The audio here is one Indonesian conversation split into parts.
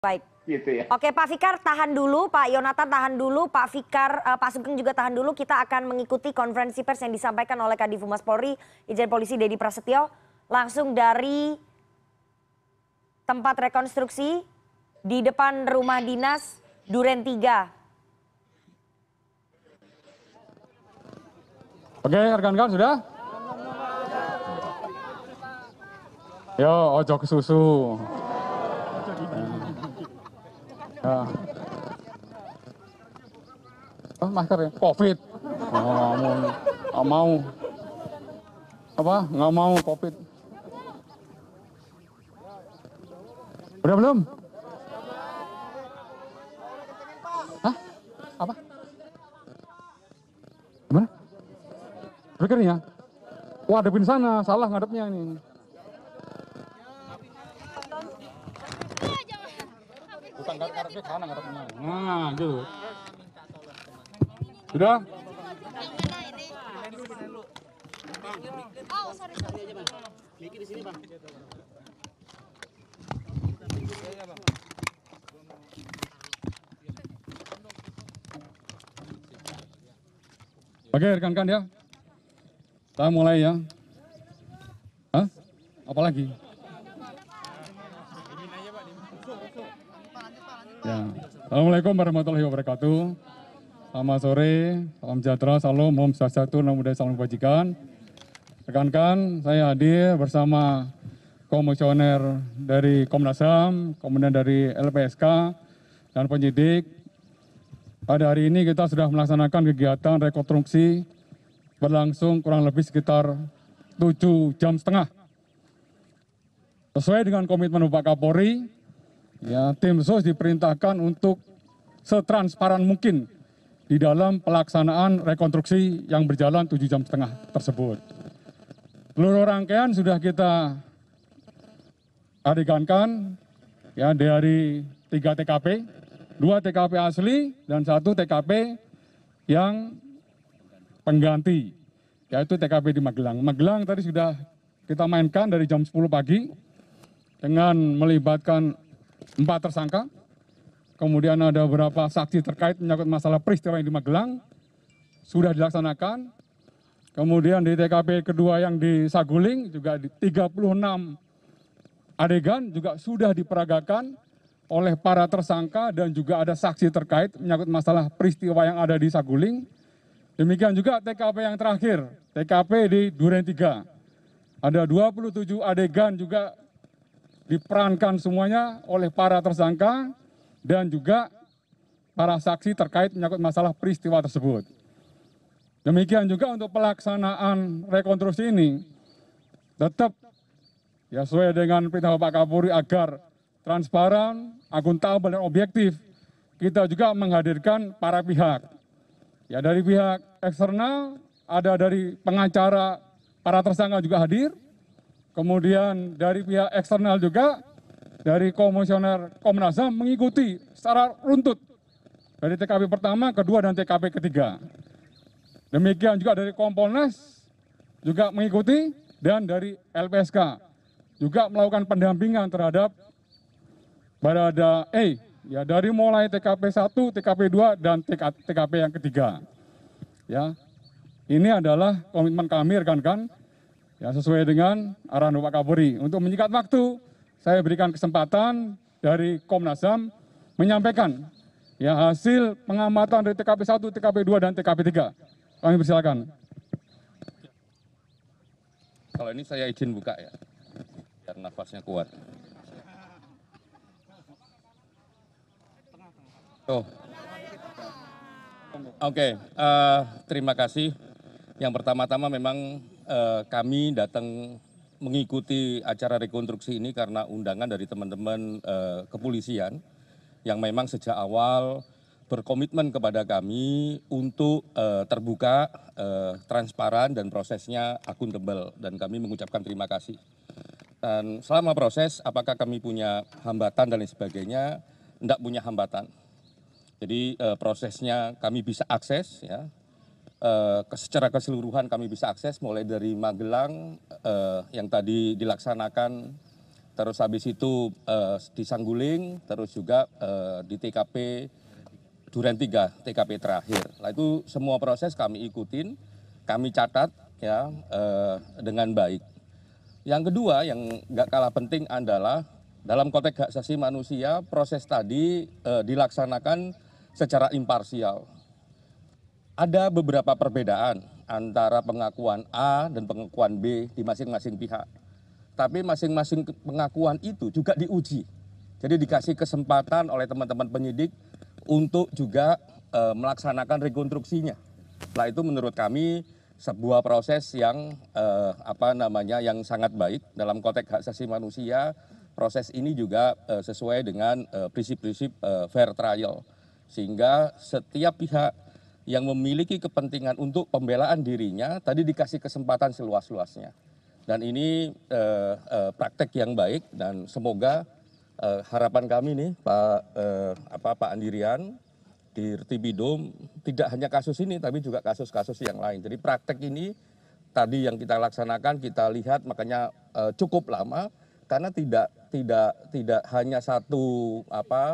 Baik. Gitu ya. Oke, Pak Fikar tahan dulu, Pak Yonatan tahan dulu, Pak Fikar, Pak Sugeng juga tahan dulu. Kita akan mengikuti konferensi pers yang disampaikan oleh Kadif Humas Polri, Irjen Polisi Dedi Prasetyo, langsung dari tempat rekonstruksi di depan rumah dinas Duren 3. Oke, rekan-rekan sudah? Yo, ojo ke susu. Ya. Oh, masker ya? Covid. Oh, nggak mau. Apa? Nggak mau Covid. Udah belum? Hah? Apa? Gimana? Pikirnya? Wah, hadapin sana, salah ngadepnya ini. Bukan ngadepnya sana ngadepnya. Nah, gitu. Sudah? Oh, sorry aja, Bang. Miki di sini, Bang. Oke, rekan-rekan ya. Kita mulai ya. Hah? Apalagi? Ya. Assalamualaikum warahmatullahi wabarakatuh. Selamat sore, salam sejahtera, salam, om swastiastu, namo buddhaya, salam kebajikan. Rekan-rekan, saya hadir bersama komisioner dari Komnas HAM, kemudian dari LPSK, dan penyidik. Pada hari ini kita sudah melaksanakan kegiatan rekonstruksi berlangsung kurang lebih sekitar 7,5 jam. Sesuai dengan komitmen Bapak Kapolri, ya, tim sus diperintahkan untuk setransparan mungkin di dalam pelaksanaan rekonstruksi yang berjalan 7,5 jam tersebut. Seluruh rangkaian sudah kita adegankan ya, dari 3 TKP, 2 TKP asli dan 1 TKP yang pengganti, yaitu TKP di Magelang. Magelang tadi sudah kita mainkan dari jam 10 pagi dengan melibatkan 4 tersangka. Kemudian ada beberapa saksi terkait menyangkut masalah peristiwa yang di Magelang sudah dilaksanakan. Kemudian di TKP kedua yang di Saguling juga di 36 adegan juga sudah diperagakan oleh para tersangka dan juga ada saksi terkait menyangkut masalah peristiwa yang ada di Saguling. Demikian juga TKP yang terakhir, TKP di Duren 3. Ada 27 adegan juga diperankan semuanya oleh para tersangka dan juga para saksi terkait menyangkut masalah peristiwa tersebut. Demikian juga untuk pelaksanaan rekonstruksi ini tetap ya sesuai dengan perintah Bapak Kapolri agar transparan, akuntabel dan objektif. Kita juga menghadirkan para pihak. Ya, dari pihak eksternal ada dari pengacara para tersangka juga hadir. Kemudian dari pihak eksternal juga dari komisioner Komnas HAM mengikuti secara runtut dari TKP pertama, kedua, dan TKP ketiga. Demikian juga dari Kompolnas juga mengikuti dan dari LPSK juga melakukan pendampingan terhadap Barada E, ya, dari mulai TKP 1, TKP 2, dan TKP yang ketiga. Ya, ini adalah komitmen kami rekan-rekan, ya, sesuai dengan arahan Bapak Kapolri. Untuk menyingkat waktu, saya berikan kesempatan dari Komnas HAM menyampaikan ya hasil pengamatan dari TKP 1, TKP 2, dan TKP 3. Kami persilakan. Kalau ini saya izin buka ya, biar nafasnya kuat. Oh. Oke, terima kasih. Yang pertama-tama memang kami datang mengikuti acara rekonstruksi ini karena undangan dari teman-teman kepolisian yang memang sejak awal berkomitmen kepada kami untuk terbuka, transparan, dan prosesnya akuntabel. Dan kami mengucapkan terima kasih. Dan selama proses, apakah kami punya hambatan dan lain sebagainya? Tidak punya hambatan. Jadi prosesnya kami bisa akses, ya. Secara keseluruhan kami bisa akses mulai dari Magelang yang tadi dilaksanakan terus habis itu di Sangguling, terus juga di TKP Duren 3, TKP terakhir. Nah itu semua proses kami ikutin, kami catat ya dengan baik. Yang kedua yang nggak kalah penting adalah dalam konteks hak asasi manusia proses tadi dilaksanakan secara imparsial. Ada beberapa perbedaan antara pengakuan A dan pengakuan B di masing-masing pihak. Tapi masing-masing pengakuan itu juga diuji. Jadi dikasih kesempatan oleh teman-teman penyidik untuk juga melaksanakan rekonstruksinya. Nah itu menurut kami sebuah proses yang yang sangat baik dalam konteks hak asasi manusia. Proses ini juga sesuai dengan prinsip-prinsip fair trial, sehingga setiap pihak yang memiliki kepentingan untuk pembelaan dirinya tadi dikasih kesempatan seluas-luasnya. Dan ini praktek yang baik dan semoga harapan kami nih Pak Andirian di Rtibidum tidak hanya kasus ini tapi juga kasus-kasus yang lain. Jadi praktek ini tadi yang kita laksanakan kita lihat makanya cukup lama karena tidak hanya satu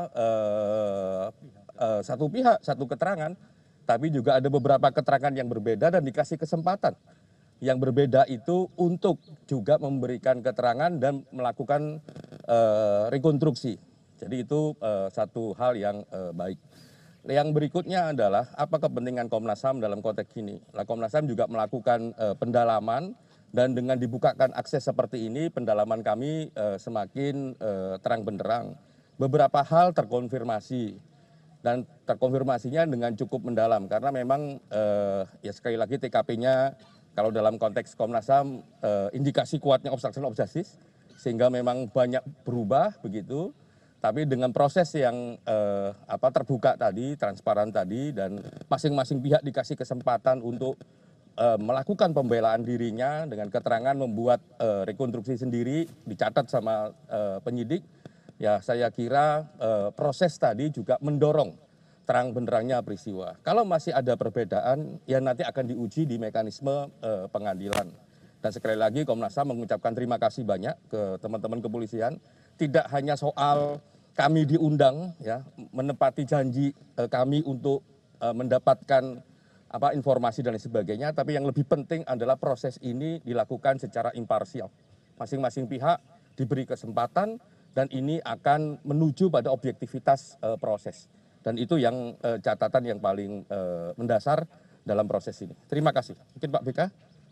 pihak satu keterangan, tapi juga ada beberapa keterangan yang berbeda dan dikasih kesempatan yang berbeda itu untuk juga memberikan keterangan dan melakukan rekonstruksi. Jadi itu satu hal yang baik. Yang berikutnya adalah apa kepentingan Komnas HAM dalam konteks ini. Nah, Komnas HAM juga melakukan pendalaman dan dengan dibukakan akses seperti ini pendalaman kami semakin terang benderang. Beberapa hal terkonfirmasi dan terkonfirmasinya dengan cukup mendalam karena memang ya sekali lagi TKP-nya kalau dalam konteks Komnas HAM indikasi kuatnya obstruction of justice sehingga memang banyak berubah begitu. Tapi dengan proses yang terbuka tadi, transparan tadi dan masing-masing pihak dikasih kesempatan untuk melakukan pembelaan dirinya dengan keterangan membuat rekonstruksi sendiri dicatat sama penyidik. Ya saya kira proses tadi juga mendorong terang benderangnya peristiwa. Kalau masih ada perbedaan, ya nanti akan diuji di mekanisme pengadilan. Dan sekali lagi Komnas HAM mengucapkan terima kasih banyak ke teman-teman kepolisian. Tidak hanya soal kami diundang, ya menepati janji kami untuk mendapatkan informasi dan lain sebagainya, tapi yang lebih penting adalah proses ini dilakukan secara imparsial. Masing-masing pihak diberi kesempatan. Dan ini akan menuju pada objektivitas proses. Dan itu yang catatan yang paling mendasar dalam proses ini. Terima kasih. Mungkin Pak BK.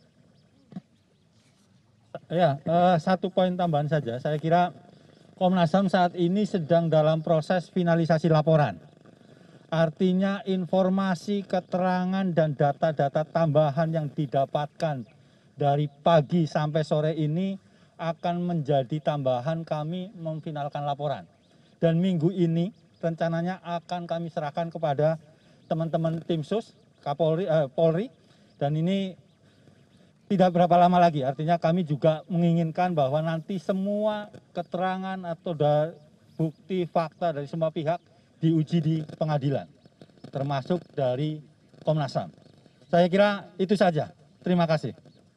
Ya, satu poin tambahan saja. Saya kira Komnas HAM saat ini sedang dalam proses finalisasi laporan. Artinya informasi, keterangan, dan data-data tambahan yang didapatkan dari pagi sampai sore ini akan menjadi tambahan kami memfinalkan laporan. Dan minggu ini rencananya akan kami serahkan kepada teman-teman tim sus, Polri, dan ini tidak berapa lama lagi. Artinya kami juga menginginkan bahwa nanti semua keterangan atau bukti fakta dari semua pihak diuji di pengadilan, termasuk dari Komnas HAM. Saya kira itu saja. Terima kasih.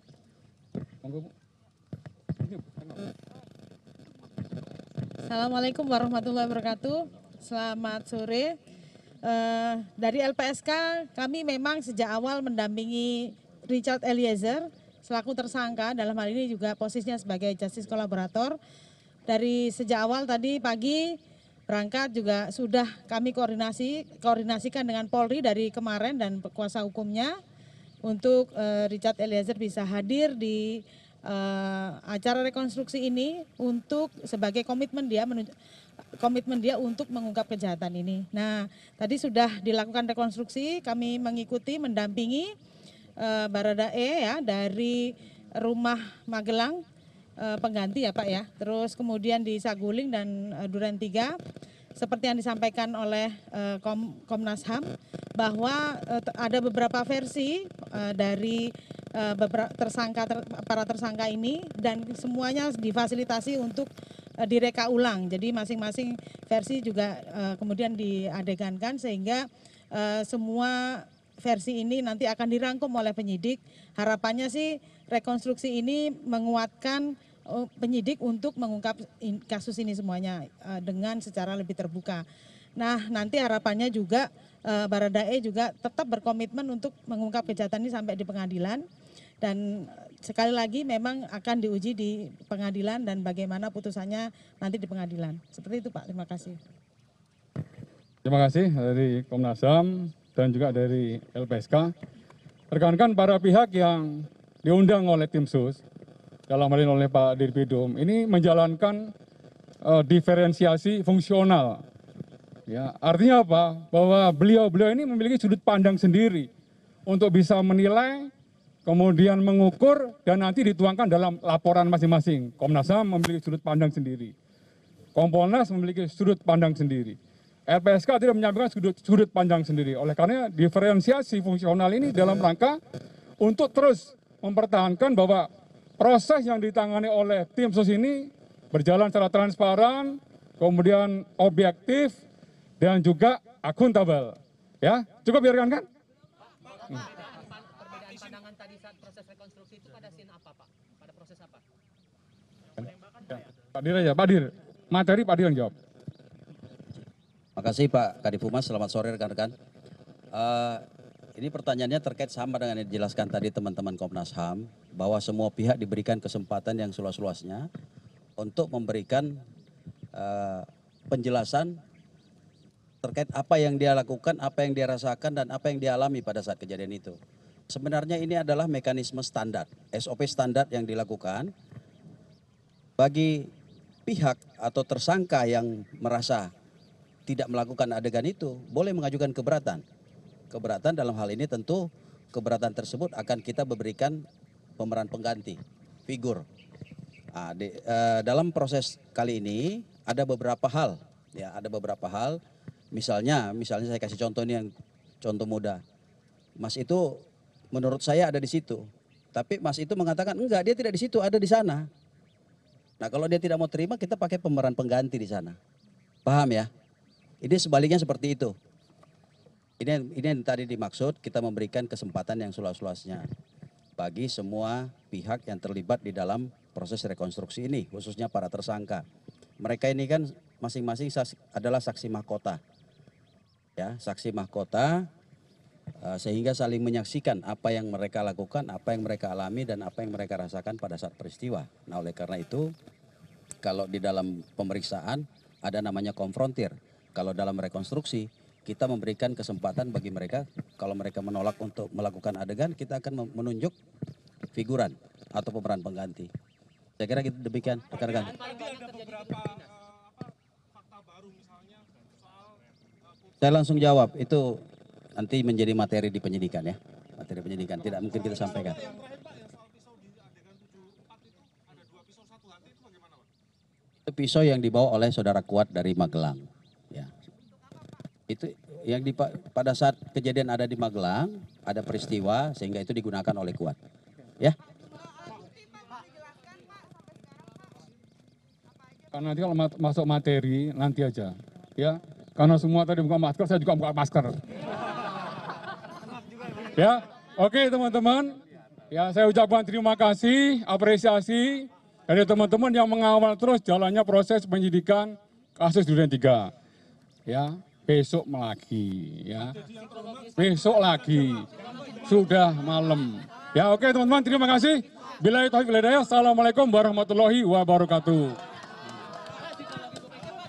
Assalamualaikum warahmatullahi wabarakatuh. Selamat sore. Dari LPSK kami memang sejak awal mendampingi Richard Eliezer selaku tersangka, dalam hal ini juga posisinya sebagai justice kolaborator. Dari sejak awal tadi pagi berangkat juga sudah kami koordinasikan dengan Polri dari kemarin dan kuasa hukumnya untuk Richard Eliezer bisa hadir di acara rekonstruksi ini untuk sebagai komitmen dia untuk mengungkap kejahatan ini. Nah, tadi sudah dilakukan rekonstruksi, kami mengikuti, mendampingi Baradae ya dari rumah Magelang pengganti ya Pak ya. Terus kemudian di Saguling dan Duren 3 seperti yang disampaikan oleh Komnas HAM bahwa ada beberapa versi dari para tersangka ini dan semuanya difasilitasi untuk direka ulang. Jadi masing-masing versi juga kemudian diadegankan sehingga semua versi ini nanti akan dirangkum oleh penyidik. Harapannya sih rekonstruksi ini menguatkan penyidik untuk mengungkap kasus ini semuanya dengan secara lebih terbuka. Nah, nanti harapannya juga Baradae juga tetap berkomitmen untuk mengungkap kejahatan ini sampai di pengadilan, dan sekali lagi memang akan diuji di pengadilan dan bagaimana putusannya nanti di pengadilan. Seperti itu Pak, terima kasih. Terima kasih dari Komnas HAM dan juga dari LPSK. Rekan-rekan para pihak yang diundang oleh tim sus, dalam hal ini oleh Pak Dirpidum, ini menjalankan diferensiasi fungsional. Ya, artinya apa? Bahwa beliau-beliau ini memiliki sudut pandang sendiri untuk bisa menilai, kemudian mengukur, dan nanti dituangkan dalam laporan masing-masing. Komnas HAM memiliki sudut pandang sendiri. Kompolnas memiliki sudut pandang sendiri. LPSK tidak menyampaikan sudut pandang sendiri. Oleh karena diferensiasi fungsional ini dalam rangka untuk terus mempertahankan bahwa proses yang ditangani oleh tim sus ini berjalan secara transparan, kemudian objektif, dan juga akuntabel. Ya, cukup biarkan kan? Perbedaan pandangan tadi saat proses rekonstruksi itu pada scene apa, Pak? Pada proses apa? Pak Dir aja, Pak Dir. Materi Pak Dir yang jawab. Makasih Pak Kadif Humas, selamat sore rekan-rekan. Ini pertanyaannya terkait sama dengan yang dijelaskan tadi teman-teman Komnas HAM, bahwa semua pihak diberikan kesempatan yang seluas-luasnya untuk memberikan penjelasan terkait apa yang dia lakukan, apa yang dia rasakan, dan apa yang dia alami pada saat kejadian itu. Sebenarnya ini adalah mekanisme standar, SOP standar yang dilakukan bagi pihak atau tersangka yang merasa tidak melakukan adegan itu, boleh mengajukan keberatan. Keberatan dalam hal ini tentu keberatan tersebut akan kita berikan pemeran pengganti, figur. Nah, dalam proses kali ini ada beberapa hal, ya ada beberapa hal. Misalnya saya kasih contoh ini yang contoh mudah. Mas itu menurut saya ada di situ, tapi Mas itu mengatakan enggak, dia tidak di situ, ada di sana. Nah kalau dia tidak mau terima, kita pakai pemeran pengganti di sana. Paham ya? Ini sebaliknya seperti itu. Ini yang tadi dimaksud, kita memberikan kesempatan yang seluas-luasnya bagi semua pihak yang terlibat di dalam proses rekonstruksi ini, khususnya para tersangka. Mereka ini kan masing-masing adalah saksi mahkota. Ya, saksi mahkota, sehingga saling menyaksikan apa yang mereka lakukan, apa yang mereka alami, dan apa yang mereka rasakan pada saat peristiwa. Nah oleh karena itu, kalau di dalam pemeriksaan ada namanya konfrontir. Kalau dalam rekonstruksi, kita memberikan kesempatan bagi mereka, kalau mereka menolak untuk melakukan adegan, kita akan menunjuk figuran atau pemeran pengganti. Saya kira gitu demikian, rekan-rekan. Saya langsung jawab, itu nanti menjadi materi di penyidikan ya. Materi penyidikan, tidak mungkin kita sampaikan. Itu pisau yang dibawa oleh saudara Kuat dari Magelang. Ya. Itu yang pada saat kejadian ada di Magelang, ada peristiwa sehingga itu digunakan oleh Kuat. Ya. Karena nanti kalau masuk materi nanti aja, ya. Karena semua tadi buka masker, saya juga buka masker. Ya, oke teman-teman. Ya, saya ucapkan terima kasih, apresiasi dari teman-teman yang mengawal terus jalannya proses penyidikan kasus Duren 3. Ya, besok lagi, ya. Besok lagi. Sudah malam. Ya, oke teman-teman, terima kasih. Billahi taufiq wal hidayah. Assalamualaikum warahmatullahi wabarakatuh.